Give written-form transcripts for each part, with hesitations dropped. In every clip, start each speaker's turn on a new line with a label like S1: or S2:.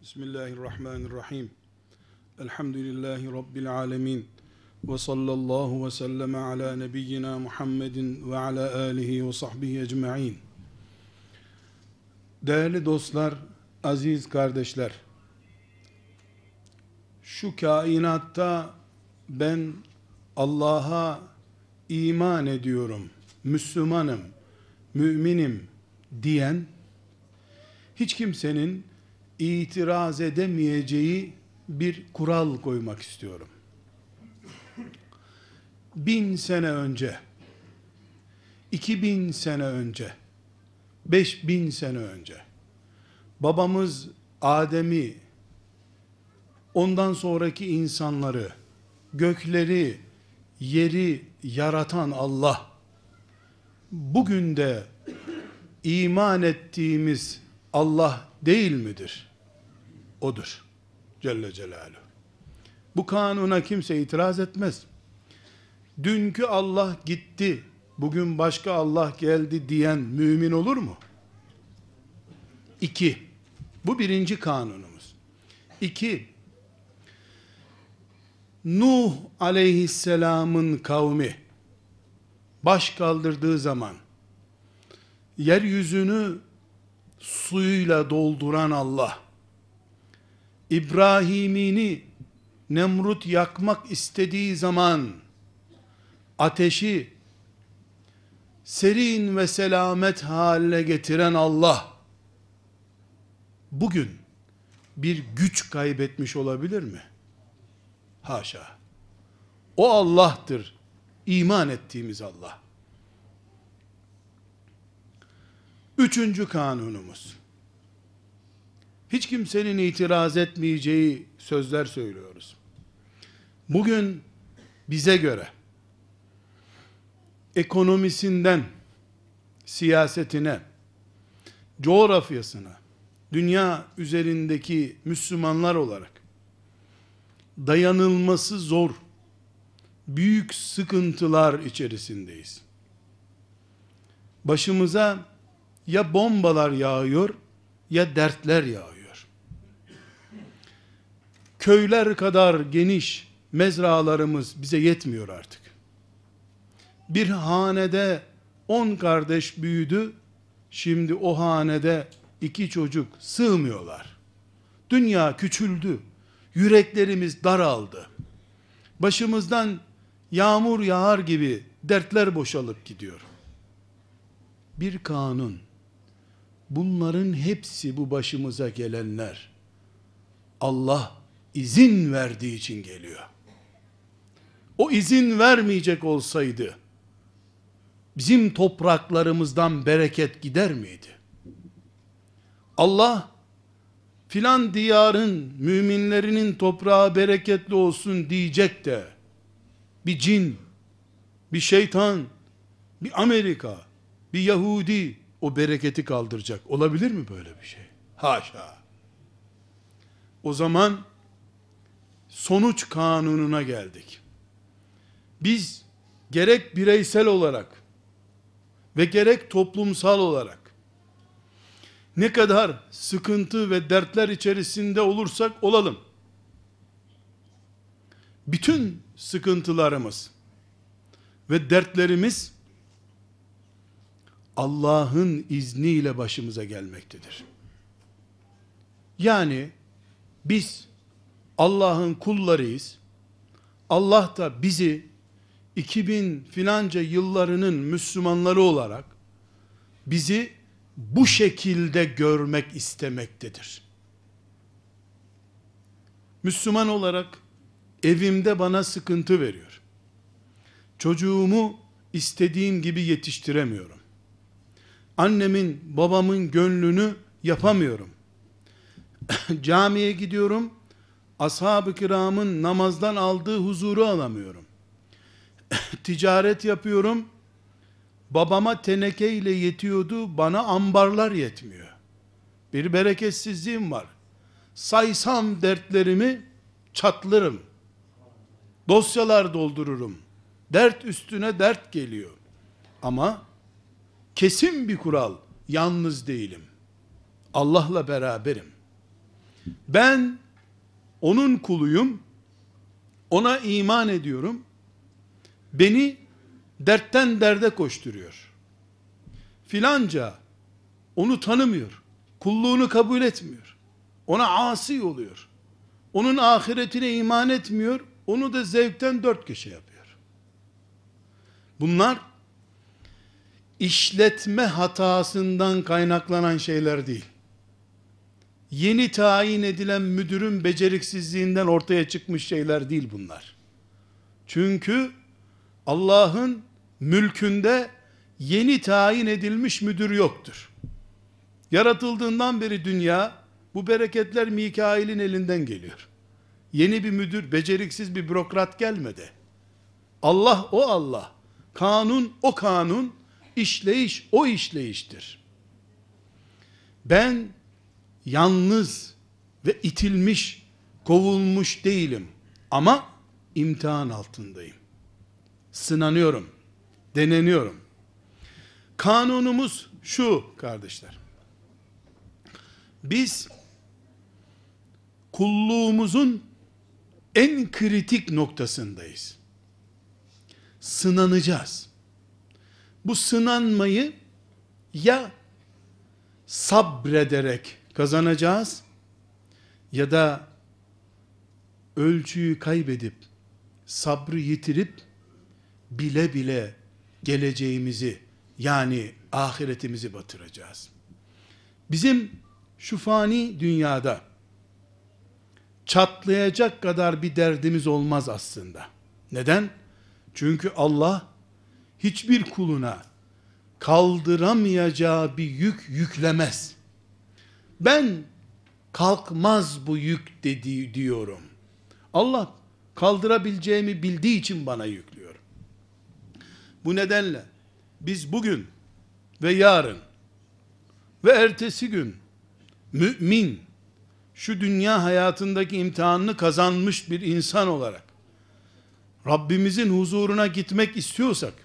S1: Bismillahirrahmanirrahim. Elhamdülillahi Rabbil alemin. Ve sallallahu ve sellem ala nebiyyina Muhammedin ve ala alihi ve sahbihi ecma'in. Değerli dostlar, aziz kardeşler, şu kainatta ben Allah'a iman ediyorum, Müslümanım, müminim diyen hiç kimsenin itiraz edemeyeceği bir kural koymak istiyorum. 1000 sene önce, 2000 sene önce, 5000 sene önce babamız Adem'i, ondan sonraki insanları, gökleri, yeri yaratan Allah, bugün de iman ettiğimiz Allah değil midir? Odur. Celle Celaluhu. Bu kanuna kimse itiraz etmez. Dünkü Allah gitti, bugün başka Allah geldi diyen mümin olur mu? 2. Bu birinci kanunumuz. 2. Nuh aleyhisselamın kavmi baş kaldırdığı zaman yeryüzünü suyuyla dolduran Allah, İbrahim'ini Nemrut yakmak istediği zaman ateşi serin ve selamet haline getiren Allah bugün bir güç kaybetmiş olabilir mi? Haşa. O Allah'tır iman ettiğimiz Allah. Üçüncü kanunumuz. Hiç kimsenin itiraz etmeyeceği sözler söylüyoruz. Bugün bize göre ekonomisinden siyasetine, coğrafyasına, dünya üzerindeki Müslümanlar olarak dayanılması zor, büyük sıkıntılar içerisindeyiz. Başımıza ya bombalar yağıyor ya dertler yağıyor. Köyler kadar geniş mezralarımız bize yetmiyor artık. Bir hanede 10 kardeş büyüdü, şimdi o hanede 2 çocuk sığmıyorlar. Dünya küçüldü, yüreklerimiz daraldı. Başımızdan yağmur yağar gibi dertler boşalıp gidiyor. Bir kanun, bunların hepsi, bu başımıza gelenler Allah izin verdiği için geliyor. O izin vermeyecek olsaydı bizim topraklarımızdan bereket gider miydi? Allah filan diyarın müminlerinin toprağı bereketli olsun diyecek de bir cin, bir şeytan, bir Amerika, bir Yahudi o bereketi kaldıracak. Olabilir mi böyle bir şey? Haşa. O zaman sonuç kanununa geldik. Biz gerek bireysel olarak ve gerek toplumsal olarak ne kadar sıkıntı ve dertler içerisinde olursak olalım, bütün sıkıntılarımız ve dertlerimiz Allah'ın izniyle başımıza gelmektedir. Yani biz Allah'ın kullarıyız. Allah da bizi 2000 filanca yıllarının Müslümanları olarak bizi bu şekilde görmek istemektedir. Müslüman olarak evimde bana sıkıntı veriyor. Çocuğumu istediğim gibi yetiştiremiyorum. Annemin, babamın gönlünü yapamıyorum. Camiye gidiyorum, ashab-ı kiramın namazdan aldığı huzuru alamıyorum. Ticaret yapıyorum, babama tenekeyle yetiyordu, bana ambarlar yetmiyor. Bir bereketsizliğim var. Saysam dertlerimi çatlarım. Dosyalar doldururum. Dert üstüne dert geliyor. Ama kesin bir kural, yalnız değilim. Allah'la beraberim. Ben onun kuluyum, ona iman ediyorum, beni dertten derde koşturuyor. Filanca onu tanımıyor, kulluğunu kabul etmiyor, ona asi oluyor, onun ahiretine iman etmiyor, onu da zevkten dört köşe yapıyor. Bunlar işletme hatasından kaynaklanan şeyler değil. Yeni tayin edilen müdürün beceriksizliğinden ortaya çıkmış şeyler değil bunlar. Çünkü Allah'ın mülkünde yeni tayin edilmiş müdür yoktur. Yaratıldığından beri dünya, bu bereketler Mikail'in elinden geliyor. Yeni bir müdür, beceriksiz bir bürokrat gelmedi. Allah o Allah, kanun o kanun, işleyiş o işleyiştir. Ben yalnız ve itilmiş, kovulmuş değilim. Ama imtihan altındayım. Sınanıyorum, deneniyorum. Kanunumuz şu kardeşler. Biz kulluğumuzun en kritik noktasındayız. Sınanacağız. Bu sınanmayı ya sabrederek kazanacağız ya da ölçüyü kaybedip sabrı yitirip bile bile geleceğimizi, yani ahiretimizi batıracağız. Bizim şu fani dünyada çatlayacak kadar bir derdimiz olmaz aslında. Neden? Çünkü Allah hiçbir kuluna kaldıramayacağı bir yük yüklemez. Ben kalkmaz bu yük diyorum. Allah kaldırabileceğimi bildiği için bana yüklüyor. Bu nedenle biz bugün ve yarın ve ertesi gün mümin, şu dünya hayatındaki imtihanını kazanmış bir insan olarak Rabbimizin huzuruna gitmek istiyorsak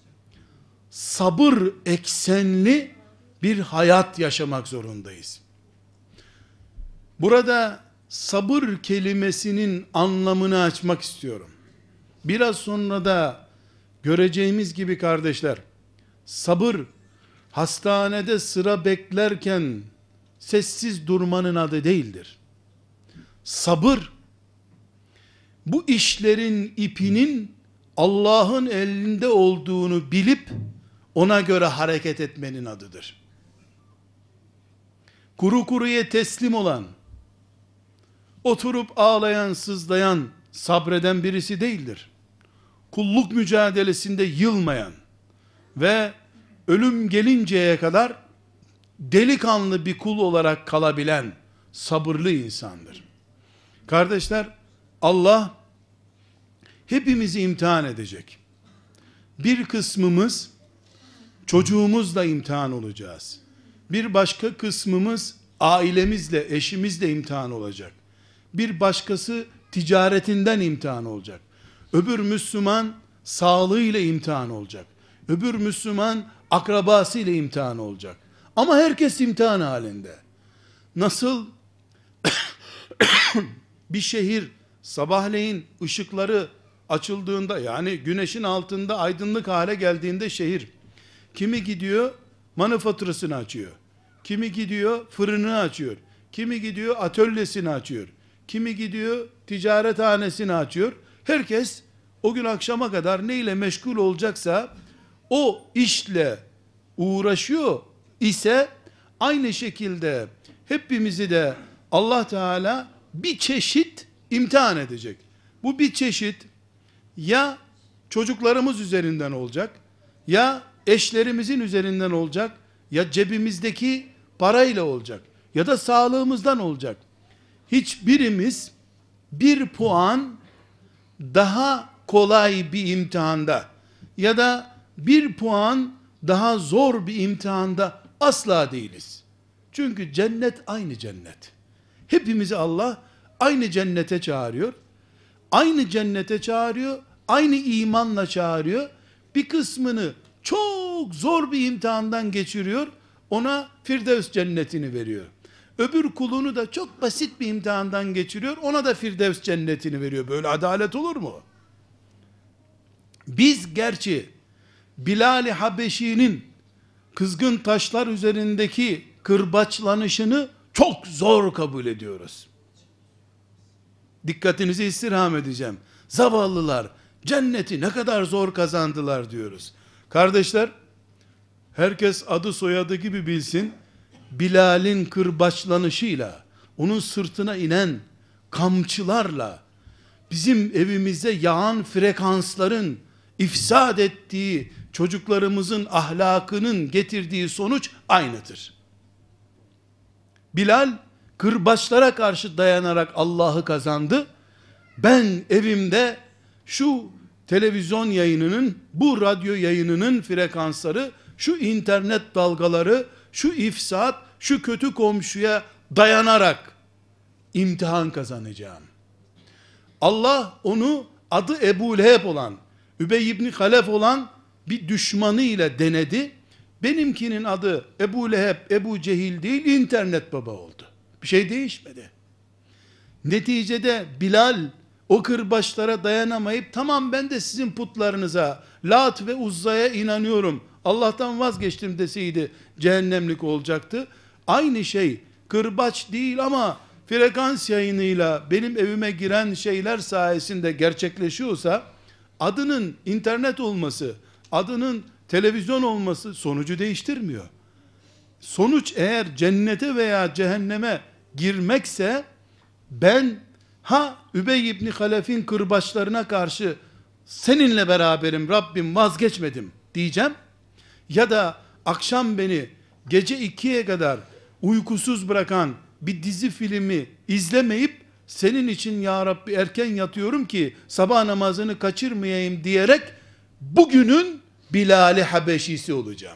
S1: sabır eksenli bir hayat yaşamak zorundayız. Burada sabır kelimesinin anlamını açmak istiyorum. Biraz sonra da göreceğimiz gibi kardeşler, sabır hastanede sıra beklerken sessiz durmanın adı değildir. Sabır, bu işlerin ipinin Allah'ın elinde olduğunu bilip ona göre hareket etmenin adıdır. Kuru kuruya teslim olan, oturup ağlayan, sızlayan, sabreden birisi değildir. Kulluk mücadelesinde yılmayan ve ölüm gelinceye kadar delikanlı bir kul olarak kalabilen sabırlı insandır. Kardeşler, Allah hepimizi imtihan edecek. Bir kısmımız çocuğumuzla imtihan olacağız. Bir başka kısmımız ailemizle, eşimizle imtihan olacak. Bir başkası ticaretinden imtihan olacak. Öbür Müslüman sağlığıyla imtihan olacak. Öbür Müslüman akrabasıyla imtihan olacak. Ama herkes imtihan halinde. Nasıl bir şehir sabahleyin ışıkları açıldığında, yani güneşin altında aydınlık hale geldiğinde şehir, kimi gidiyor manifaturasını açıyor, kimi gidiyor fırını açıyor, kimi gidiyor atölyesini açıyor, kimi gidiyor ticarethanesini açıyor. Herkes o gün akşama kadar neyle meşgul olacaksa o işle uğraşıyor ise, aynı şekilde hepimizi de Allah Teala bir çeşit imtihan edecek. Bu bir çeşit ya çocuklarımız üzerinden olacak, ya eşlerimizin üzerinden olacak, ya cebimizdeki parayla olacak, ya da sağlığımızdan olacak. Hiçbirimiz bir puan daha kolay bir imtihanda ya da bir puan daha zor bir imtihanda asla değiliz. Çünkü cennet aynı cennet. Hepimizi Allah aynı cennete çağırıyor. Aynı cennete çağırıyor. Aynı imanla çağırıyor. Bir kısmını çok zor bir imtihandan geçiriyor. Ona Firdevs cennetini veriyor. Öbür kulunu da çok basit bir imtihandan geçiriyor. Ona da Firdevs cennetini veriyor. Böyle adalet olur mu? Biz gerçi Bilal-i Habeşi'nin kızgın taşlar üzerindeki kırbaçlanışını çok zor kabul ediyoruz. Dikkatinizi istirham edeceğim. Zavallılar cenneti ne kadar zor kazandılar diyoruz. Kardeşler, herkes adı soyadı gibi bilsin, Bilal'in kırbaçlanışıyla, onun sırtına inen kamçılarla, bizim evimize yağan frekansların ifsad ettiği çocuklarımızın ahlakının getirdiği sonuç aynıdır. Bilal kırbaçlara karşı dayanarak Allah'ı kazandı. Ben evimde şu televizyon yayınının, bu radyo yayınının frekansları, şu internet dalgaları, şu ifsat, şu kötü komşuya dayanarak imtihan kazanacağım. Allah onu adı Ebu Leheb olan, Übey ibn Halef olan bir düşmanı ile denedi. Benimkinin adı Ebu Leheb, Ebu Cehil değil, internet baba oldu. Bir şey değişmedi. Neticede Bilal o kırbaçlara dayanamayıp, tamam ben de sizin putlarınıza, Lat ve Uzza'ya inanıyorum, Allah'tan vazgeçtim deseydi cehennemlik olacaktı. Aynı şey kırbaç değil ama frekans yayınıyla benim evime giren şeyler sayesinde gerçekleşiyorsa, adının internet olması, adının televizyon olması sonucu değiştirmiyor. Sonuç eğer cennete veya cehenneme girmekse, ben Übey ibn Halef'in kırbaçlarına karşı seninle beraberim Rabbim, vazgeçmedim diyeceğim, ya da akşam beni gece 2'ye kadar uykusuz bırakan bir dizi filmi izlemeyip senin için ya Rabbi erken yatıyorum ki sabah namazını kaçırmayayım diyerek bugünün Bilal-i Habeşisi olacağım.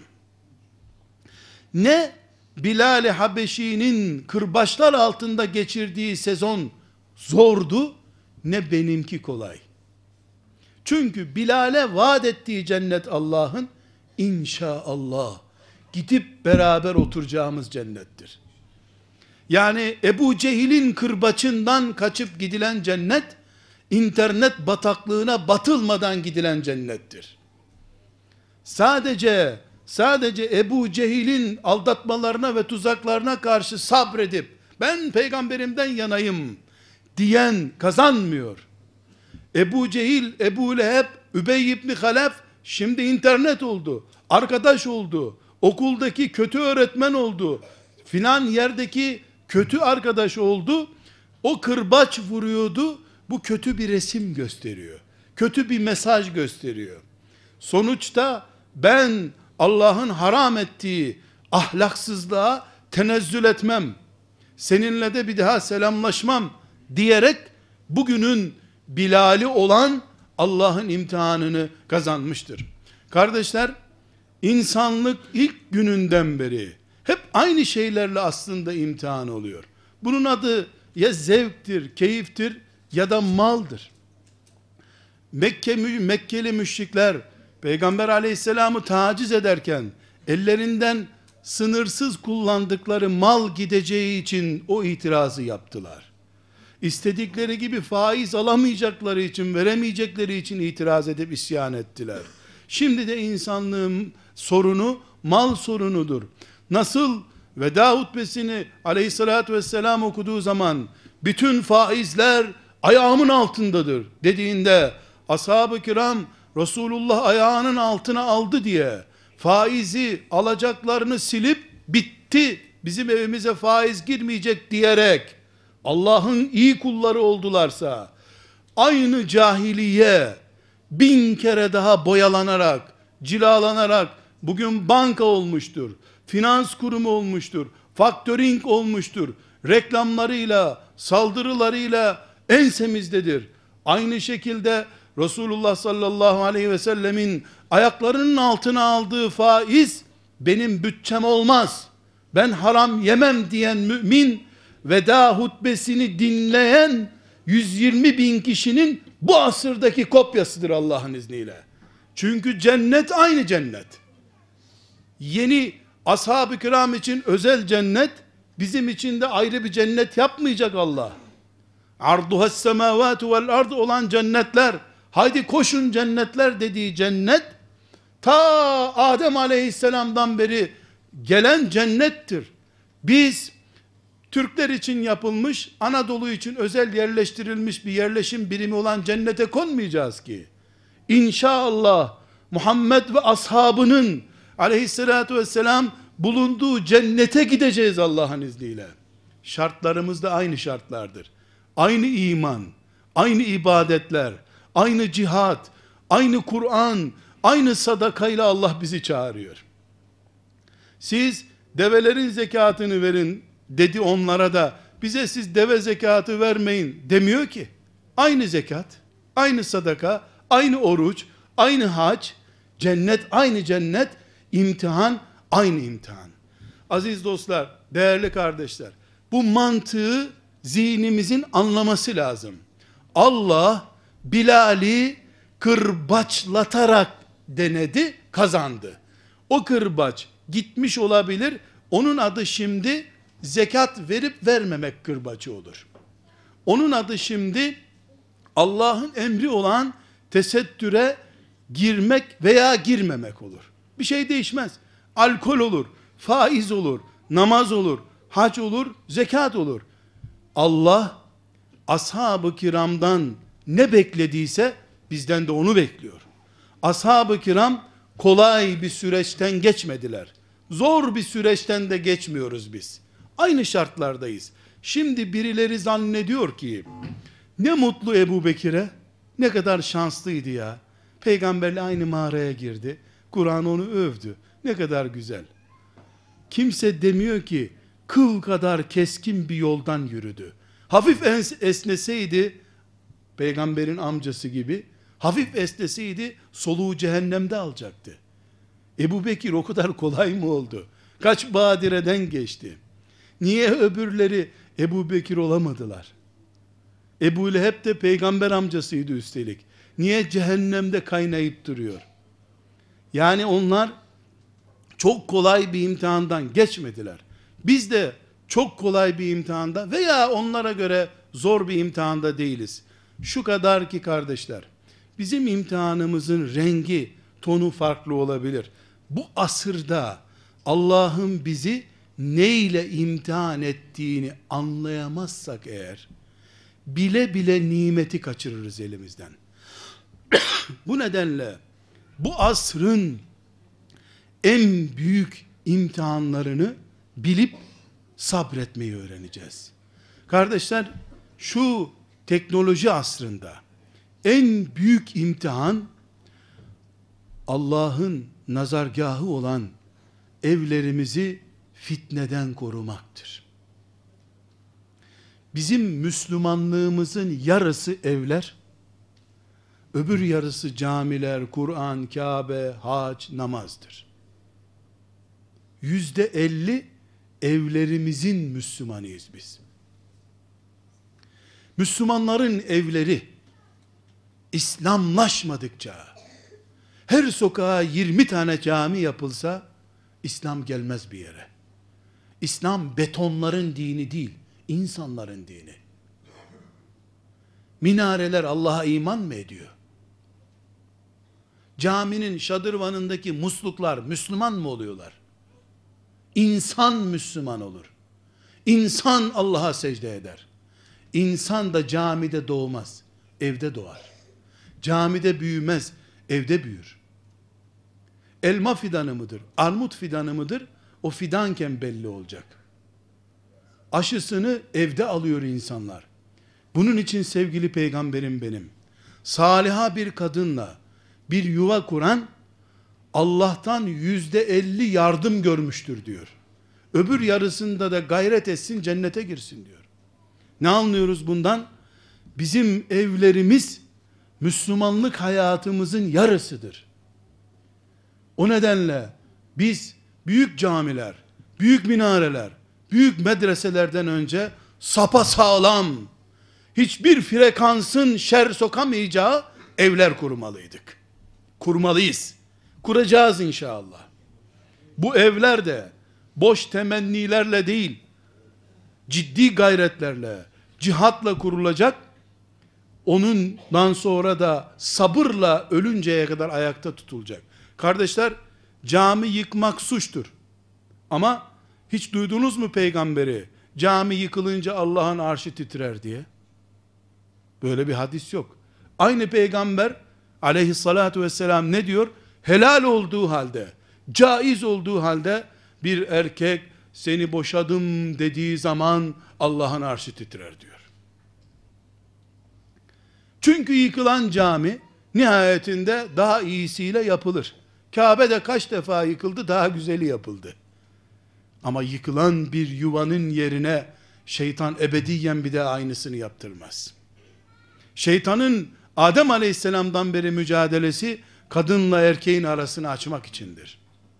S1: Ne Bilal-i Habeşi'nin kırbaçlar altında geçirdiği sezon zordu, ne benimki kolay. Çünkü Bilal'e vaat ettiği cennet Allah'ın inşallah gidip beraber oturacağımız cennettir. Yani Ebu Cehil'in kırbaçından kaçıp gidilen cennet, internet bataklığına batılmadan gidilen cennettir. Sadece Ebu Cehil'in aldatmalarına ve tuzaklarına karşı sabredip ben peygamberimden yanayım diyen kazanmıyor. Ebu Cehil, Ebu Leheb, Übey ibn Halef şimdi internet oldu, arkadaş oldu, okuldaki kötü öğretmen oldu, filan yerdeki kötü arkadaş oldu. O kırbaç vuruyordu, bu kötü bir resim gösteriyor, kötü bir mesaj gösteriyor. Sonuçta ben Allah'ın haram ettiği ahlaksızlığa tenezzül etmem, seninle de bir daha selamlaşmam diyerek bugünün Bilal'i olan Allah'ın imtihanını kazanmıştır. Kardeşler, insanlık ilk gününden beri hep aynı şeylerle aslında imtihan oluyor. Bunun adı ya zevktir, keyiftir ya da maldır. Mekkeli müşrikler Peygamber aleyhisselamı taciz ederken ellerinden sınırsız kullandıkları mal gideceği için o itirazı yaptılar. İstedikleri gibi faiz alamayacakları için, veremeyecekleri için itiraz edip isyan ettiler. Şimdi de insanlığın sorunu mal sorunudur. Nasıl veda hutbesini aleyhissalatü vesselam okuduğu zaman bütün faizler ayağımın altındadır dediğinde ashab-ı kiram Resulullah ayağının altına aldı diye faizi alacaklarını silip bitti, bizim evimize faiz girmeyecek diyerek Allah'ın iyi kulları oldularsa, aynı cahiliye 1000 kere daha boyalanarak, cilalanarak bugün banka olmuştur, finans kurumu olmuştur, faktöring olmuştur, reklamlarıyla, saldırılarıyla ensemizdedir. Aynı şekilde Resulullah sallallahu aleyhi ve sellemin ayaklarının altına aldığı faiz benim bütçem olmaz, ben haram yemem diyen mümin, veda hutbesini dinleyen 120 bin kişinin bu asırdaki kopyasıdır Allah'ın izniyle. Çünkü cennet aynı cennet. Yeni ashab-ı kiram için özel cennet, Bizim için de ayrı bir cennet yapmayacak Allah. Arduhas semavatu vel ard olan cennetler, haydi koşun cennetler dediği cennet, ta Adem aleyhisselamdan beri gelen cennettir. Biz Türkler için yapılmış, Anadolu için özel yerleştirilmiş bir yerleşim birimi olan cennete konmayacağız ki. İnşallah Muhammed ve ashabının aleyhissalatu vesselam bulunduğu cennete gideceğiz Allah'ın izniyle. Şartlarımız da aynı şartlardır. Aynı iman, aynı ibadetler, aynı cihat, aynı Kur'an, aynı sadakayla Allah bizi çağırıyor. Siz develerin zekatını verin dedi onlara da, bize siz deve zekatı vermeyin demiyor ki. Aynı zekat, aynı sadaka, aynı oruç, aynı hac, cennet aynı cennet, imtihan aynı imtihan. Aziz dostlar, değerli kardeşler, bu mantığı zihnimizin anlaması lazım. Allah Bilal'i kırbaçlatarak denedi, kazandı. O kırbaç gitmiş olabilir, onun adı şimdi zekat verip vermemek kırbacı olur. Onun adı şimdi Allah'ın emri olan tesettüre girmek veya girmemek olur. Bir şey değişmez. Alkol olur, faiz olur, namaz olur, hac olur, zekat olur. Allah ashab-ı kiramdan ne beklediyse bizden de onu bekliyor. Ashab-ı kiram kolay bir süreçten geçmediler. Zor bir süreçten de geçmiyoruz biz. Aynı şartlardayız. Şimdi birileri zannediyor ki ne mutlu Ebu Bekir'e, ne kadar şanslıydı ya. Peygamberle aynı mağaraya girdi. Kur'an onu övdü. Ne kadar güzel. Kimse demiyor ki kıl kadar keskin bir yoldan yürüdü. Hafif esneseydi, peygamberin amcası gibi, hafif esneseydi soluğu cehennemde alacaktı. Ebu Bekir o kadar kolay mı oldu? Kaç badireden geçti? Niye öbürleri Ebu Bekir olamadılar? Ebu Leheb de peygamber amcasıydı üstelik. Niye cehennemde kaynayıp duruyor? Yani onlar çok kolay bir imtihandan geçmediler. Biz de çok kolay bir imtihanda veya onlara göre zor bir imtihanda değiliz. Şu kadar ki kardeşler, bizim imtihanımızın rengi, tonu farklı olabilir. Bu asırda Allah'ın bizi neyle imtihan ettiğini anlayamazsak eğer, bile bile nimeti kaçırırız elimizden. Bu nedenle bu asrın en büyük imtihanlarını bilip sabretmeyi öğreneceğiz. Kardeşler, şu teknoloji asrında en büyük imtihan Allah'ın nazargahı olan evlerimizi fitneden korumaktır. Bizim Müslümanlığımızın yarısı evler, öbür yarısı camiler, Kur'an, Kabe, hac, namazdır. %50 evlerimizin Müslümanıyız biz. Müslümanların evleri İslamlaşmadıkça, her sokağa 20 tane cami yapılsa, İslam gelmez bir yere. İslam betonların dini değil, insanların dini. Minareler Allah'a iman mı ediyor? Caminin şadırvanındaki musluklar Müslüman mı oluyorlar? İnsan Müslüman olur. İnsan Allah'a secde eder. İnsan da camide doğmaz, evde doğar. Camide büyümez, evde büyür. Elma fidanı mıdır, armut fidanı mıdır? O fidanken belli olacak. Aşısını evde alıyor insanlar. Bunun için sevgili peygamberim benim, saliha bir kadınla bir yuva kuran, Allah'tan %50 yardım görmüştür diyor. Öbür yarısında da gayret etsin, cennete girsin diyor. Ne anlıyoruz bundan? Bizim evlerimiz Müslümanlık hayatımızın yarısıdır. O nedenle biz büyük camiler, büyük minareler, büyük medreselerden önce sapasağlam, hiçbir frekansın şer sokamayacağı evler kurmalıydık. Kurmalıyız. Kuracağız inşallah. Bu evler de boş temennilerle değil, ciddi gayretlerle, cihatla kurulacak. Onundan sonra da sabırla ölünceye kadar ayakta tutulacak. Kardeşler, cami yıkmak suçtur. Ama hiç duydunuz mu peygamberi? Cami yıkılınca Allah'ın arşı titrer diye. Böyle bir hadis yok. Aynı peygamber aleyhissalatu vesselam ne diyor? Helal olduğu halde, caiz olduğu halde bir erkek seni boşadım dediği zaman Allah'ın arşı titrer diyor. Çünkü yıkılan cami nihayetinde daha iyisiyle yapılır. Kabe'de kaç defa yıkıldı, daha güzeli yapıldı. Ama yıkılan bir yuvanın yerine şeytan ebediyen bir de aynısını yaptırmaz. Şeytanın Adem Aleyhisselam'dan beri mücadelesi kadınla erkeğin arasını açmak içindir.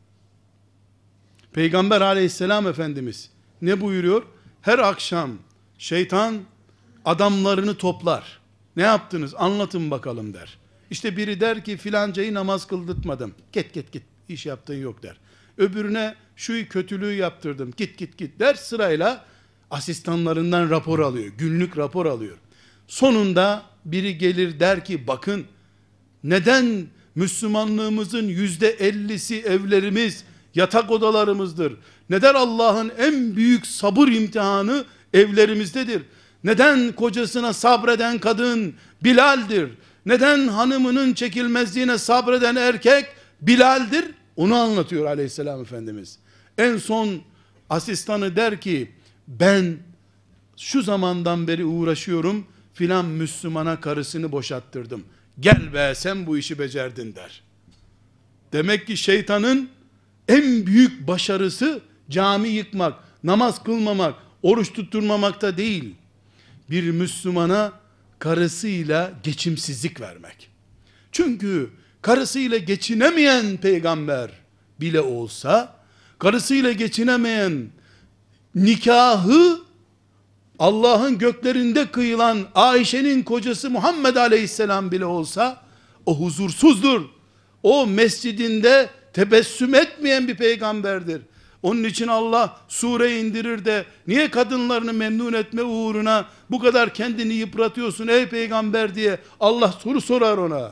S1: Peygamber Aleyhisselam Efendimiz ne buyuruyor? Her akşam şeytan adamlarını toplar. Ne yaptınız? Anlatın bakalım der. İşte biri der ki filancayı namaz kıldırtmadım. Git. İş yaptığın yok der. Öbürüne şu kötülüğü yaptırdım. Git der. Sırayla asistanlarından rapor alıyor. Günlük rapor alıyor. Sonunda biri gelir der ki bakın neden Müslümanlığımızın %50'si evlerimiz, yatak odalarımızdır. Neden Allah'ın en büyük sabır imtihanı evlerimizdedir? Neden kocasına sabreden kadın Bilal'dir? Neden hanımının çekilmezliğine sabreden erkek Bilal'dir? Onu anlatıyor Aleyhisselam Efendimiz. En son asistanı der ki ben şu zamandan beri uğraşıyorum, filan Müslümana karısını boşattırdım. Gel be sen bu işi becerdin der. Demek ki şeytanın en büyük başarısı cami yıkmak, namaz kılmamak, oruç tutturmamakta değil. Bir Müslümana karısıyla geçimsizlik vermek. Çünkü karısıyla geçinemeyen peygamber bile olsa, karısıyla geçinemeyen, nikahı Allah'ın göklerinde kıyılan Ayşe'nin kocası Muhammed Aleyhisselam bile olsa, o huzursuzdur. O mescidinde tebessüm etmeyen bir peygamberdir. Onun için Allah sure indirir de niye kadınlarını memnun etme uğruna bu kadar kendini yıpratıyorsun ey peygamber diye Allah soru sorar ona.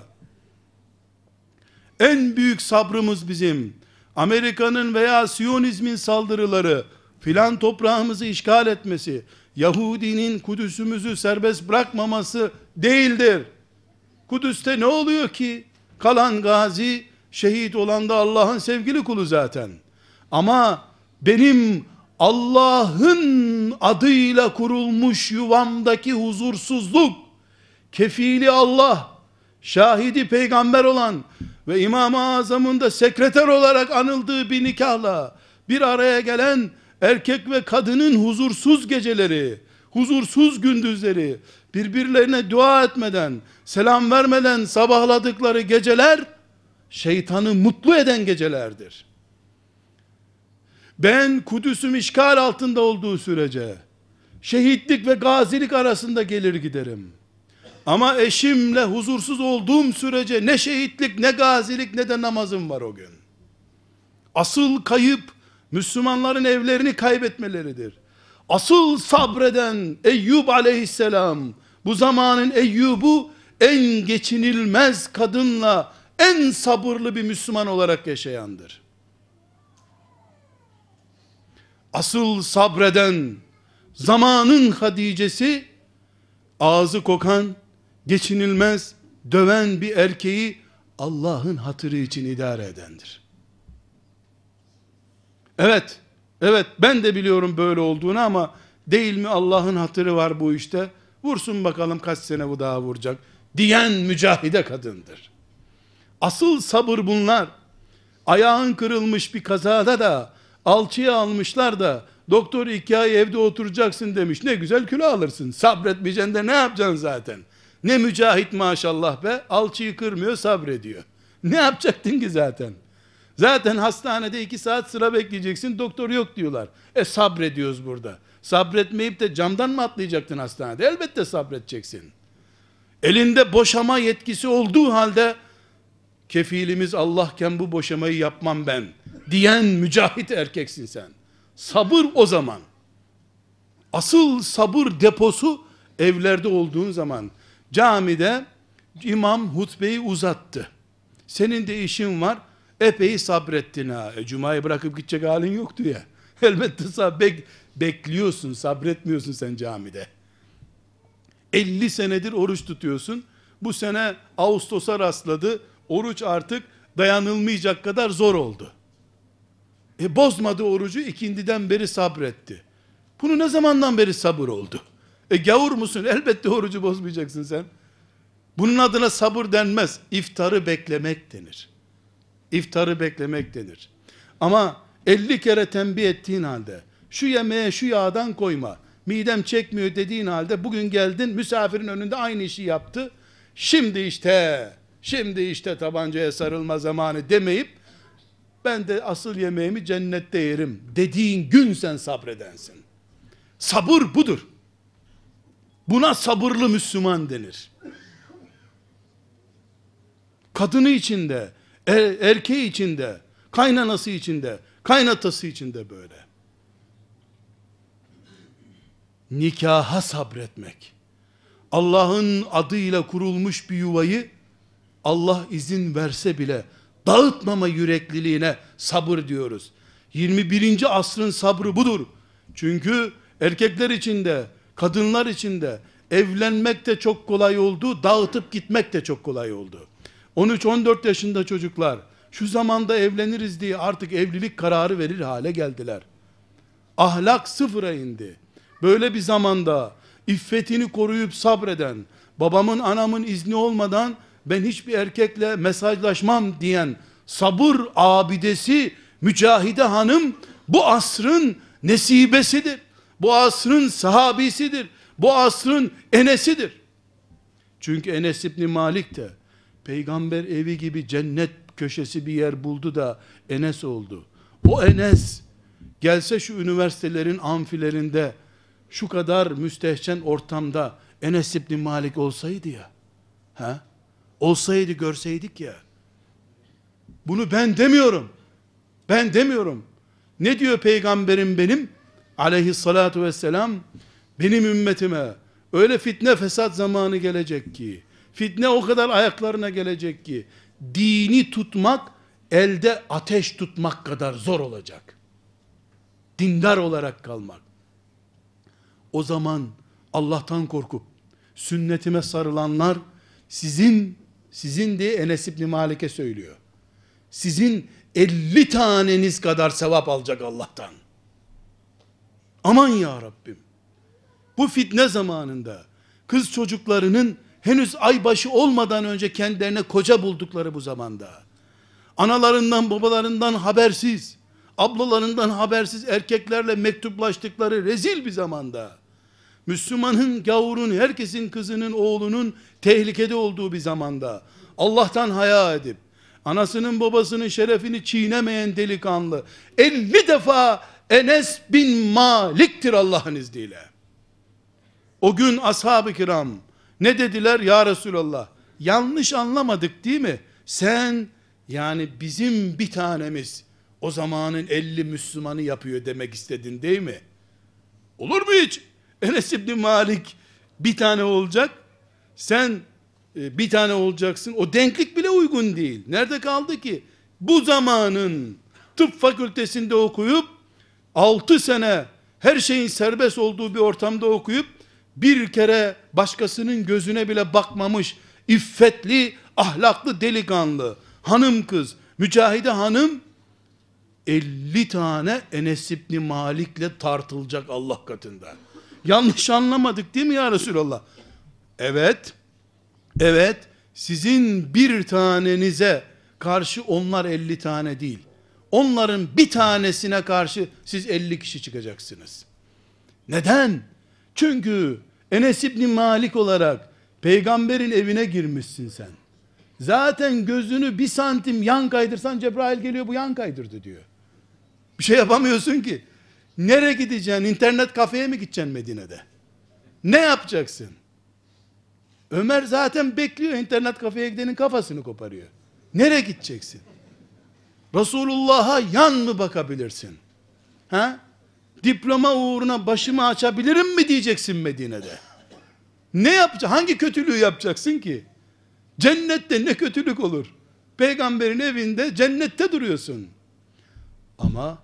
S1: En büyük sabrımız bizim Amerika'nın veya Siyonizmin saldırıları, filan toprağımızı işgal etmesi, Yahudinin Kudüs'ümüzü serbest bırakmaması değildir. Kudüs'te ne oluyor ki? Kalan gazi, şehit olan da Allah'ın sevgili kulu zaten. Ama benim Allah'ın adıyla kurulmuş yuvamdaki huzursuzluk, kefili Allah, şahidi peygamber olan ve İmam-ı Azam'ın da sekreter olarak anıldığı bir nikahla bir araya gelen erkek ve kadının huzursuz geceleri, huzursuz gündüzleri, birbirlerine dua etmeden, selam vermeden sabahladıkları geceler, şeytanı mutlu eden gecelerdir. Ben Kudüs'üm işgal altında olduğu sürece, şehitlik ve gazilik arasında gelir giderim. Ama eşimle huzursuz olduğum sürece ne şehitlik, ne gazilik, ne de namazım var o gün. Asıl kayıp, Müslümanların evlerini kaybetmeleridir. Asıl sabreden Eyyub aleyhisselam, bu zamanın Eyyub'u en geçinilmez kadınla en sabırlı bir Müslüman olarak yaşayandır. Asıl sabreden zamanın Hadice'si, ağzı kokan, geçinilmez, döven bir erkeği Allah'ın hatırı için idare edendir. Evet ben de biliyorum böyle olduğunu ama değil mi Allah'ın hatırı var bu işte, vursun bakalım kaç sene bu daha vuracak diyen mücahide kadındır. Asıl sabır bunlar. Ayağın kırılmış bir kazada da alçıya almışlar da doktor 2 ay evde oturacaksın demiş. Ne güzel kilo alırsın. Sabretmeyeceksin de ne yapacaksın zaten? Ne mücahit maşallah be. Alçıyı kırmıyor, sabrediyor. Ne yapacaktın ki zaten? Zaten hastanede 2 saat sıra bekleyeceksin. Doktor yok diyorlar. Sabrediyoruz burada. Sabretmeyip de camdan mı atlayacaktın hastanede? Elbette sabredeceksin. Elinde boşama yetkisi olduğu halde kefilimiz Allah'ken bu boşamayı yapmam ben diyen mücahit erkeksin sen. Sabır o zaman. Asıl sabır deposu evlerde olduğun zaman. Camide imam hutbeyi uzattı. Senin de işin var. Epey sabrettin ha. Cuma'yı bırakıp gidecek halin yoktu ya. Elbette bekliyorsun, sabretmiyorsun sen camide. 50 senedir oruç tutuyorsun. Bu sene Ağustos'a rastladı. Oruç artık dayanılmayacak kadar zor oldu. Bozmadı orucu, ikindiden beri sabretti. Bunu ne zamandan beri sabır oldu? Gavur musun? Elbette orucu bozmayacaksın sen. Bunun adına sabır denmez. İftarı beklemek denir. İftarı beklemek denir. Ama 50 kere tembih ettiğin halde, şu yemeğe şu yağdan koyma, midem çekmiyor dediğin halde, bugün geldin misafirin önünde aynı işi yaptı. Şimdi işte tabancaya sarılma zamanı demeyip, ben de asıl yemeğimi cennette yerim dediğin gün sen sabredensin. Sabır budur. Buna sabırlı Müslüman denir. Kadını içinde, erkeği içinde, kaynanası içinde, kaynatası içinde böyle. Nikaha sabretmek. Allah'ın adıyla kurulmuş bir yuvayı Allah izin verse bile dağıtmama yürekliliğine sabır diyoruz. 21. asrın sabrı budur. Çünkü erkekler içinde, kadınlar içinde evlenmek de çok kolay oldu, dağıtıp gitmek de çok kolay oldu. 13-14 yaşında çocuklar şu zamanda evleniriz diye artık evlilik kararı verir hale geldiler. Ahlak sıfıra indi. Böyle bir zamanda iffetini koruyup sabreden, babamın anamın izni olmadan ben hiçbir erkekle mesajlaşmam diyen sabır abidesi Mücahide Hanım bu asrın nesibesidir. Bu asrın sahabisidir. Bu asrın Enes'idir. Çünkü Enes İbni Malik de peygamber evi gibi cennet köşesi bir yer buldu da Enes oldu. O Enes gelse şu üniversitelerin amfilerinde şu kadar müstehcen ortamda Enes İbni Malik olsaydı ya, olsaydı görseydik ya. Bunu ben demiyorum. Ben demiyorum. Ne diyor peygamberim benim? Aleyhissalatu vesselam, benim ümmetime öyle fitne fesat zamanı gelecek ki, fitne o kadar ayaklarına gelecek ki, dini tutmak elde ateş tutmak kadar zor olacak. Dindar olarak kalmak. O zaman Allah'tan korkup sünnetime sarılanlar sizin diye Enes İbni Malik'e söylüyor. Sizin 50 taneniz kadar sevap alacak Allah'tan. Aman ya Rabbim. Bu fitne zamanında kız çocuklarının henüz aybaşı olmadan önce kendilerine koca buldukları bu zamanda, analarından babalarından habersiz, ablalarından habersiz erkeklerle mektuplaştıkları rezil bir zamanda, Müslümanın, gavurun, herkesin kızının, oğlunun tehlikede olduğu bir zamanda, Allah'tan haya edip, anasının babasının şerefini çiğnemeyen delikanlı, 50 defa Enes bin Malik'tir Allah'ın izniyle. O gün ashab-ı kiram ne dediler? Ya Resulallah, yanlış anlamadık değil mi? Sen, yani bizim bir tanemiz o zamanın 50 Müslümanı yapıyor demek istedin değil mi? Olur mu hiç? Enes İbni Malik bir tane olacak, sen bir tane olacaksın. O denklik bile uygun değil. Nerede kaldı ki? Bu zamanın tıp fakültesinde okuyup 6 sene her şeyin serbest olduğu bir ortamda okuyup bir kere başkasının gözüne bile bakmamış iffetli, ahlaklı delikanlı hanım kız Mücahide Hanım 50 tane Enes İbni Malik'le tartılacak Allah katında. Yanlış anlamadık değil mi ya Resulallah? Evet, sizin bir tanenize karşı onlar 50 tane değil. Onların bir tanesine karşı siz 50 kişi çıkacaksınız. Neden? Çünkü Enes İbni Malik olarak peygamberin evine girmişsin sen. Zaten gözünü 1 santim yan kaydırsan Cebrail geliyor, bu yan kaydırdı diyor. Bir şey yapamıyorsun ki. Nereye gideceksin? İnternet kafeye mi gideceksin Medine'de? Ne yapacaksın? Ömer zaten bekliyor, internet kafeye gidenin kafasını koparıyor. Nereye gideceksin? Resulullah'a yan mı bakabilirsin? Diploma uğruna başımı açabilirim mi diyeceksin Medine'de. Ne yapacaksın? Hangi kötülüğü yapacaksın ki? Cennette ne kötülük olur? Peygamberin evinde cennette duruyorsun. Ama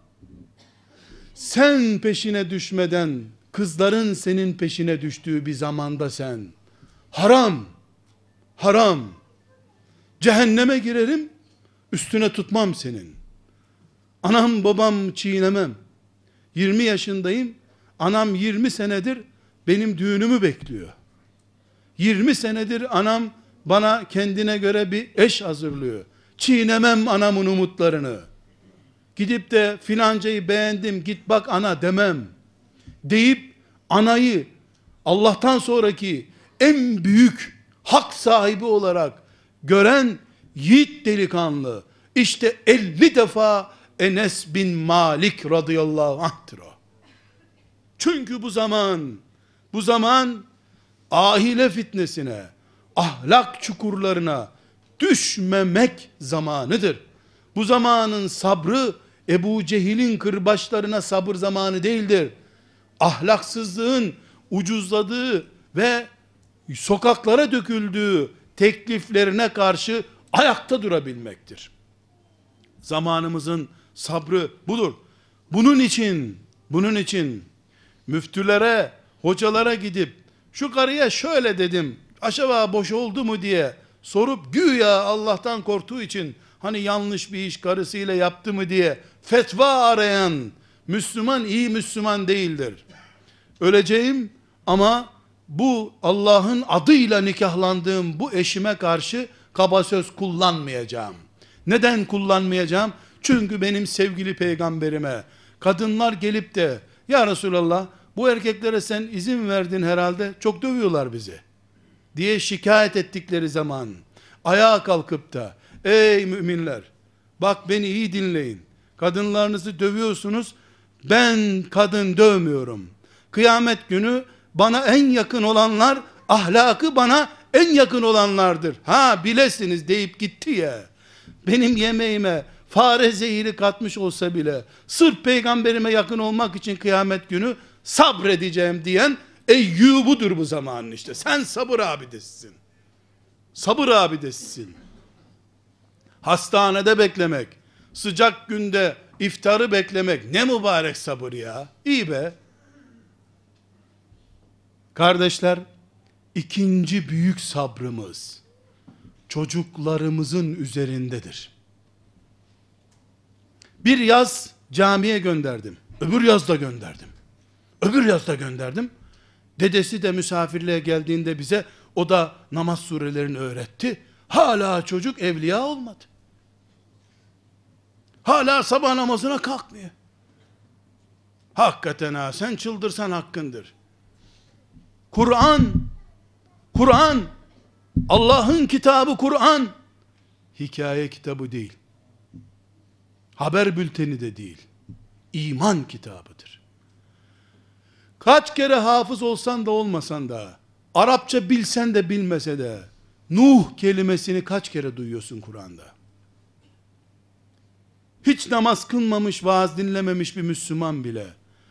S1: sen peşine düşmeden kızların senin peşine düştüğü bir zamanda sen haram, haram, cehenneme girerim, üstüne tutmam senin. Anam babam çiğnemem. 20 yaşındayım, anam 20 senedir benim düğünümü bekliyor. 20 senedir anam bana kendine göre bir eş hazırlıyor. Çiğnemem anamın umutlarını. Gidip de filancayı beğendim, git bak ana demem. Deyip anayı Allah'tan sonraki en büyük hak sahibi olarak gören yiğit delikanlı, işte 50 defa Enes bin Malik radıyallahu anh'tır o. Çünkü bu zaman ahile fitnesine, ahlak çukurlarına düşmemek zamanıdır. Bu zamanın sabrı Ebu Cehil'in kırbaçlarına sabır zamanı değildir. Ahlaksızlığın ucuzladığı ve sokaklara döküldüğü tekliflerine karşı ayakta durabilmektir. Zamanımızın sabrı budur. Bunun için müftülere, hocalara gidip şu karıya şöyle dedim, acaba boş oldu mu diye sorup güya Allah'tan korktuğu için hani yanlış bir iş karısıyla yaptı mı diye fetva arayan Müslüman iyi Müslüman değildir. Öleceğim ama bu Allah'ın adıyla nikahlandığım bu eşime karşı kaba söz kullanmayacağım. Neden kullanmayacağım? Çünkü benim sevgili peygamberime kadınlar gelip de ya Resulallah bu erkeklere sen izin verdin herhalde, çok dövüyorlar bizi diye şikayet ettikleri zaman ayağa kalkıp da ey müminler bak beni iyi dinleyin, kadınlarınızı dövüyorsunuz, ben kadın dövmüyorum. Kıyamet günü bana en yakın olanlar, ahlakı bana en yakın olanlardır. Ha bilesiniz deyip gitti ya. Benim yemeğime fare zehiri katmış olsa bile sırf peygamberime yakın olmak için kıyamet günü sabredeceğim diyen Eyyubu'dur bu zamanın işte. Sen sabır abidesisin. Sabır abidesisin. Hastanede beklemek, sıcak günde iftarı beklemek ne mübarek sabır ya. İyi be. Kardeşler, ikinci büyük sabrımız çocuklarımızın üzerindedir. Bir yaz camiye gönderdim. Öbür yaz da gönderdim. Öbür yaz da gönderdim. Dedesi de misafirliğe geldiğinde bize o da namaz surelerini öğretti. Hala çocuk evliya olmadı. Hala sabah namazına kalkmıyor. Hakikaten ha, sen çıldırsan hakkındır. Kur'an, Allah'ın kitabı Kur'an, hikaye kitabı değil. Haber bülteni de değil. İman kitabıdır. Kaç kere hafız olsan da olmasan da, Arapça bilsen de bilmese de, Nuh kelimesini kaç kere duyuyorsun Kur'an'da? Hiç namaz kılmamış, vaaz dinlememiş bir Müslüman bile,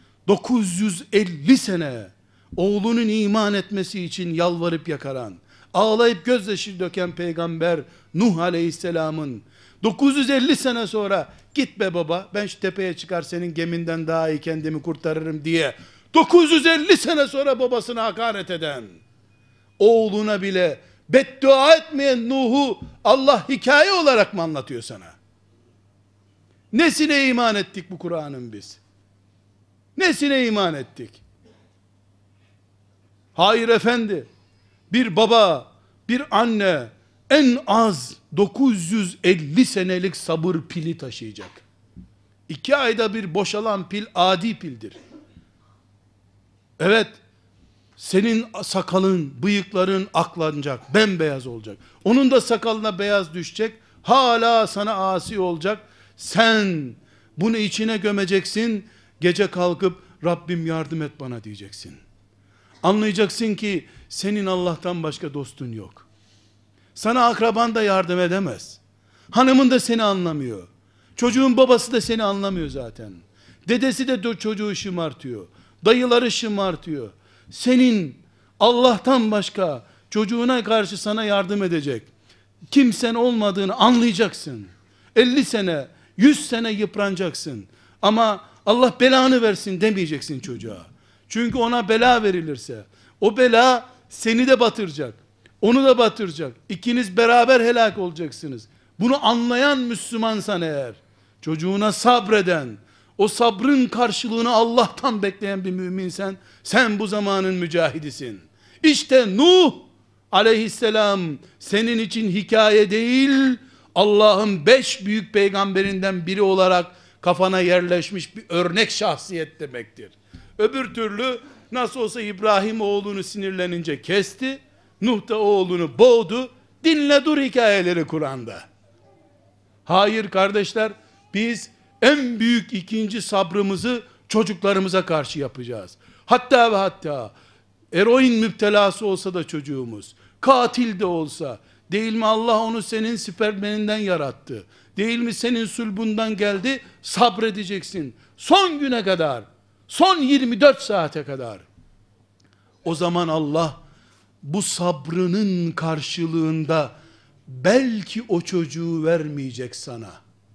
S1: 950 sene, oğlunun iman etmesi için yalvarıp yakaran, ağlayıp gözyaşı döken peygamber Nuh aleyhisselamın 950 sene sonra git be baba ben şu tepeye çıkar senin geminden daha iyi kendimi kurtarırım diye 950 sene sonra babasına hakaret eden, oğluna bile beddua etmeyen Nuh'u Allah hikaye olarak mı anlatıyor sana? Nesine iman ettik bu Kur'an'ın biz? Nesine iman ettik? Hayır efendi, bir baba, bir anne en az 950 senelik sabır pili taşıyacak. 2 ayda bir boşalan pil adi pildir. Evet, senin sakalın, bıyıkların aklanacak, bembeyaz olacak. Onun da sakalına beyaz düşecek, hala sana asi olacak. Sen bunu içine gömeceksin, gece kalkıp Rabbim yardım et bana diyeceksin. Anlayacaksın ki senin Allah'tan başka dostun yok. Sana akraban da yardım edemez. Hanımın da seni anlamıyor. Çocuğun babası da seni anlamıyor zaten. Dedesi de çocuğu şımartıyor. Dayıları şımartıyor. Senin Allah'tan başka çocuğuna karşı sana yardım edecek kimsen olmadığını anlayacaksın. 50 sene, 100 sene yıpranacaksın. Ama Allah belanı versin demeyeceksin çocuğa. Çünkü ona bela verilirse, o bela seni de batıracak, onu da batıracak. İkiniz beraber helak olacaksınız. Bunu anlayan Müslümansan eğer, çocuğuna sabreden, o sabrın karşılığını Allah'tan bekleyen bir müminsen, sen bu zamanın mücahidisin. İşte Nuh aleyhisselam senin için hikaye değil, Allah'ın 5 büyük peygamberinden biri olarak kafana yerleşmiş bir örnek şahsiyet demektir. Öbür türlü nasıl olsa İbrahim oğlunu sinirlenince kesti, Nuh da oğlunu boğdu. Dinle dur hikayeleri Kur'an'da. Hayır kardeşler, biz en büyük ikinci sabrımızı çocuklarımıza karşı yapacağız. Hatta ve hatta eroin müptelası olsa da çocuğumuz, katil de olsa, değil mi Allah onu senin spermeninden yarattı, değil mi senin sulbundan geldi, sabredeceksin. Son güne kadar, son 24 saate kadar. O zaman Allah bu sabrının karşılığında belki o çocuğu vermeyecek sana.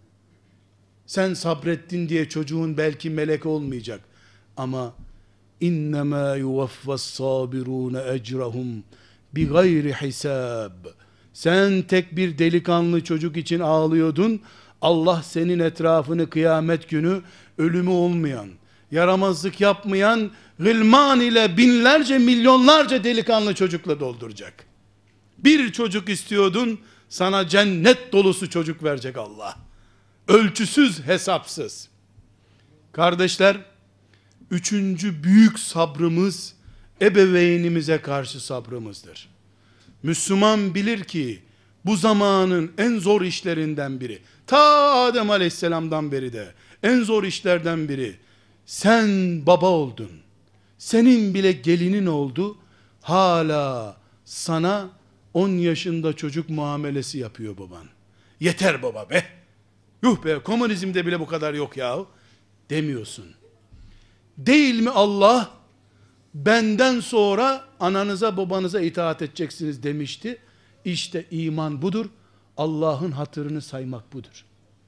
S1: Sen sabrettin diye çocuğun belki melek olmayacak. Ama İnnemâ yuvaffas-sâbirûne ecrahum bi gayri hisab. Sen tek bir delikanlı çocuk için ağlıyordun. Allah senin etrafını kıyamet günü ölümü olmayan, yaramazlık yapmayan gılman ile binlerce milyonlarca delikanlı çocukla dolduracak. Bir çocuk istiyordun, sana cennet dolusu çocuk verecek Allah. Ölçüsüz, hesapsız. Kardeşler, üçüncü büyük sabrımız ebeveynimize karşı sabrımızdır. Müslüman bilir ki bu zamanın en zor işlerinden biri, ta Adem Aleyhisselam'dan beri de en zor işlerden biri, sen baba oldun, senin bile gelinin oldu, hala sana 10 yaşında çocuk muamelesi yapıyor baban. Yeter baba be, yuh be, komünizmde bile bu kadar yok yahu demiyorsun. Değil mi Allah benden sonra ananıza babanıza itaat edeceksiniz demişti. İşte iman budur. Allah'ın hatırını saymak budur.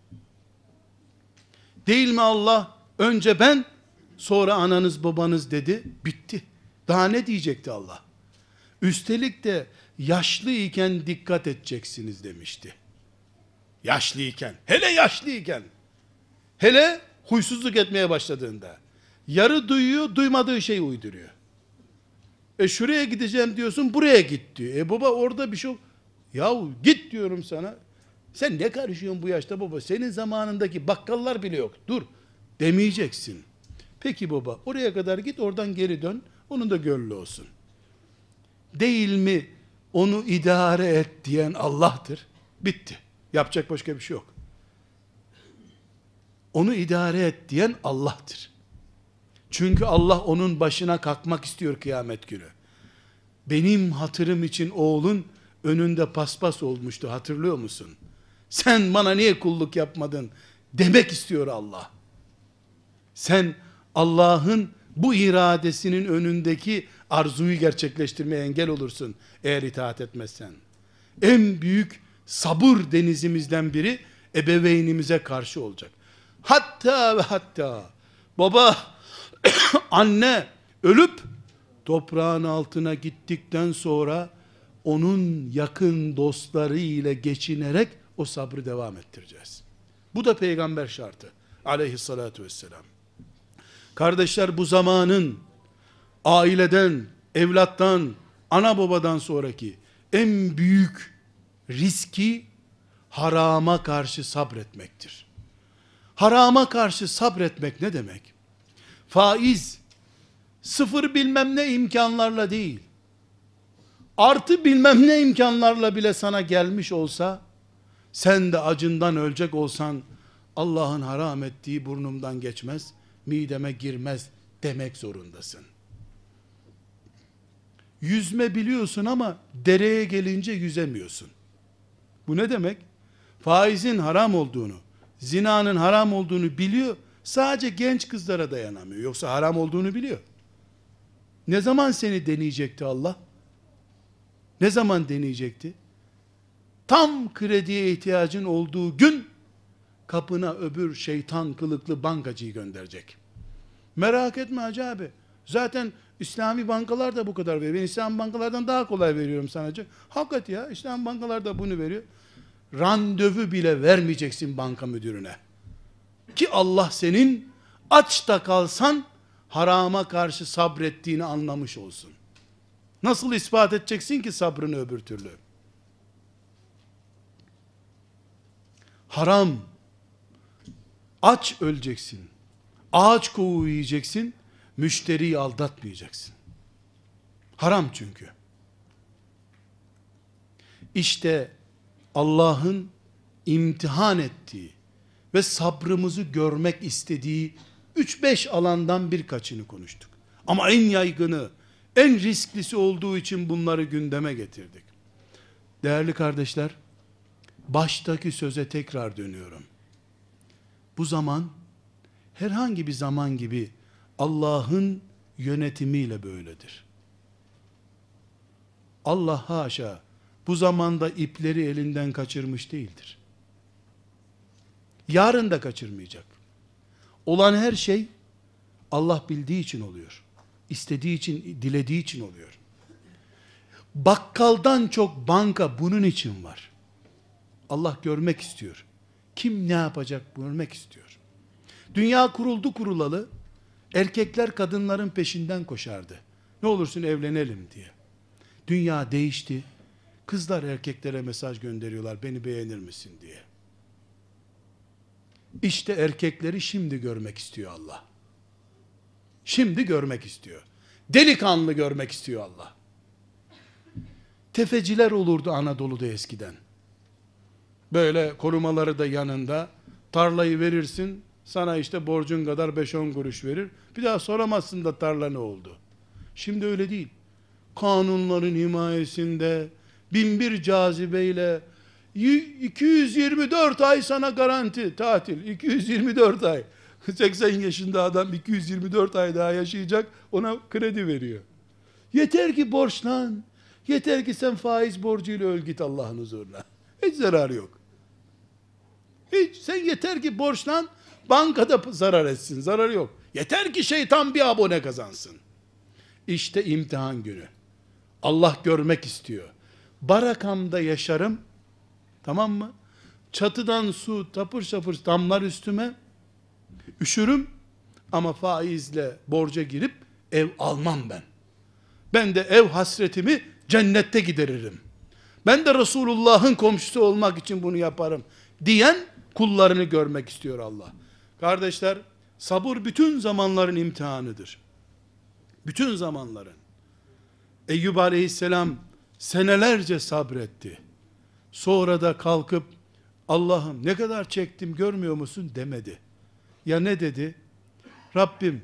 S1: Değil mi Allah önce ben sonra ananız babanız dedi, bitti. Daha ne diyecekti Allah? Üstelik de yaşlı iken dikkat edeceksiniz demişti. Yaşlı iken, hele yaşlı iken, hele huysuzluk etmeye başladığında, yarı duyuyor, duymadığı şeyi uyduruyor. Şuraya gideceğim diyorsun, buraya git diyor. Baba orada bir şey yok. Yahu git diyorum sana. Sen ne karışıyorsun bu yaşta baba? Senin zamanındaki bakkallar bile yok. Dur demeyeceksin. Peki baba oraya kadar git, oradan geri dön. Onun da gönlü olsun. Değil mi onu idare et diyen Allah'tır. Bitti. Yapacak başka bir şey yok. Onu idare et diyen Allah'tır. Çünkü Allah onun başına kalkmak istiyor kıyamet günü. Benim hatırım için oğlun önünde paspas olmuştu, hatırlıyor musun? Sen bana niye kulluk yapmadın demek istiyor Allah. Sen Allah'ın bu iradesinin önündeki arzuyu gerçekleştirmeye engel olursun eğer itaat etmezsen. En büyük sabır denizimizden biri ebeveynimize karşı olacak. Hatta ve hatta baba anne ölüp toprağın altına gittikten sonra onun yakın dostları ile geçinerek o sabrı devam ettireceğiz. Bu da peygamber şartı aleyhissalatu vesselam. Kardeşler, bu zamanın aileden, evlattan, ana babadan sonraki en büyük riski harama karşı sabretmektir. Harama karşı sabretmek ne demek? Faiz, sıfır bilmem ne imkanlarla değil, artı bilmem ne imkanlarla bile sana gelmiş olsa, sen de acından ölecek olsan, Allah'ın haram ettiği burnumdan geçmez, mideme girmez demek zorundasın. Yüzme biliyorsun ama dereye gelince yüzemiyorsun. Bu ne demek? Faizin haram olduğunu, zinanın haram olduğunu biliyor, Sadece genç kızlara dayanamıyor. Yoksa haram olduğunu biliyor. Ne zaman seni deneyecekti Allah? Ne zaman deneyecekti? Tam krediye ihtiyacın olduğu gün kapına öbür şeytan kılıklı bankacıyı gönderecek. Merak etme hacı abi. Zaten İslami bankalar da bu kadar veriyor. Ben İslami bankalardan daha kolay veriyorum sadece. Hakikat ya, İslami bankalar da bunu veriyor. Randevu bile vermeyeceksin banka müdürüne. Ki Allah senin aç da kalsan harama karşı sabrettiğini anlamış olsun. Nasıl ispat edeceksin ki sabrını öbür türlü? Haram. Aç öleceksin. Ağaç kovuğu yiyeceksin. Müşteriyi aldatmayacaksın. Haram çünkü. İşte Allah'ın imtihan ettiği ve sabrımızı görmek istediği 3-5 alandan birkaçını konuştuk. Ama en yaygını, en risklisi olduğu için bunları gündeme getirdik. Değerli kardeşler, baştaki söze tekrar dönüyorum. Bu zaman, herhangi bir zaman gibi Allah'ın yönetimiyle böyledir. Allah haşa, bu zamanda ipleri elinden kaçırmış değildir. Yarın da kaçırmayacak. Olan her şey, Allah bildiği için oluyor. İstediği için, dilediği için oluyor. Bakkaldan çok banka bunun için var. Allah görmek istiyor. Kim ne yapacak görmek istiyor. Dünya kuruldu kurulalı, erkekler kadınların peşinden koşardı. Ne olursun evlenelim diye. Dünya değişti. Kızlar erkeklere mesaj gönderiyorlar, beni beğenir misin diye. İşte erkekleri şimdi görmek istiyor Allah. Şimdi görmek istiyor. Delikanlı görmek istiyor Allah. Tefeciler olurdu Anadolu'da eskiden. Böyle korumaları da yanında, tarlayı verirsin, sana işte borcun kadar 5-10 kuruş verir. Bir daha soramazsın da tarla ne oldu. Şimdi öyle değil. Kanunların himayesinde, binbir cazibeyle 224 ay sana garanti, tatil, 224 ay. 80 yaşında adam 224 ay daha yaşayacak, ona kredi veriyor. Yeter ki borçlan, yeter ki sen faiz borcuyla öl git Allah'ın huzuruna. Hiç zararı yok. Hiç, sen yeter ki borçlan, bankada zarar etsin, zararı yok. Yeter ki şeytan bir abone kazansın. İşte imtihan günü. Allah görmek istiyor. Barakamda yaşarım, tamam mı? Çatıdan su tapır şapır damlar üstüme, üşürüm ama faizle borca girip ev almam ben. Ben de ev hasretimi cennette gideririm. Ben de Resulullah'ın komşusu olmak için bunu yaparım diyen kullarını görmek istiyor Allah. Kardeşler, sabır bütün zamanların imtihanıdır. Bütün zamanların. Eyyub aleyhisselam senelerce sabretti. Sonra da kalkıp Allah'ım ne kadar çektim görmüyor musun demedi. Ya ne dedi? Rabbim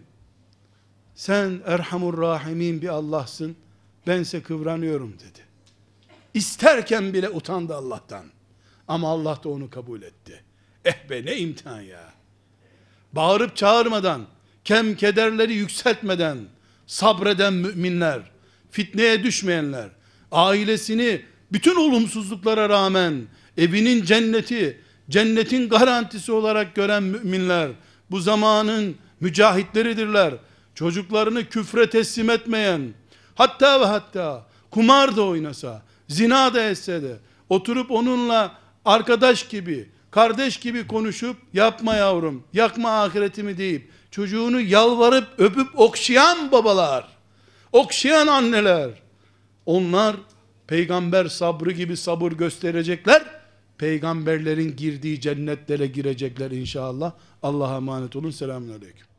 S1: sen Erhamur Rahimin bir Allah'sın, bense kıvranıyorum dedi. İsterken bile utandı Allah'tan. Ama Allah da onu kabul etti. Be ne imtihan ya. Bağırıp çağırmadan, kederleri yükseltmeden sabreden müminler, fitneye düşmeyenler, ailesini bütün olumsuzluklara rağmen evinin cenneti, cennetin garantisi olarak gören müminler bu zamanın mücahitleridirler. Çocuklarını küfre teslim etmeyen, hatta ve hatta kumar da oynasa, zina da etse de oturup onunla arkadaş gibi, kardeş gibi konuşup yapma yavrum, yakma ahiretimi deyip çocuğunu yalvarıp öpüp okşayan babalar, okşayan anneler, onlar peygamber sabrı gibi sabır gösterecekler, peygamberlerin girdiği cennetlere girecekler inşallah. Allah'a emanet olun. Selamun aleyküm.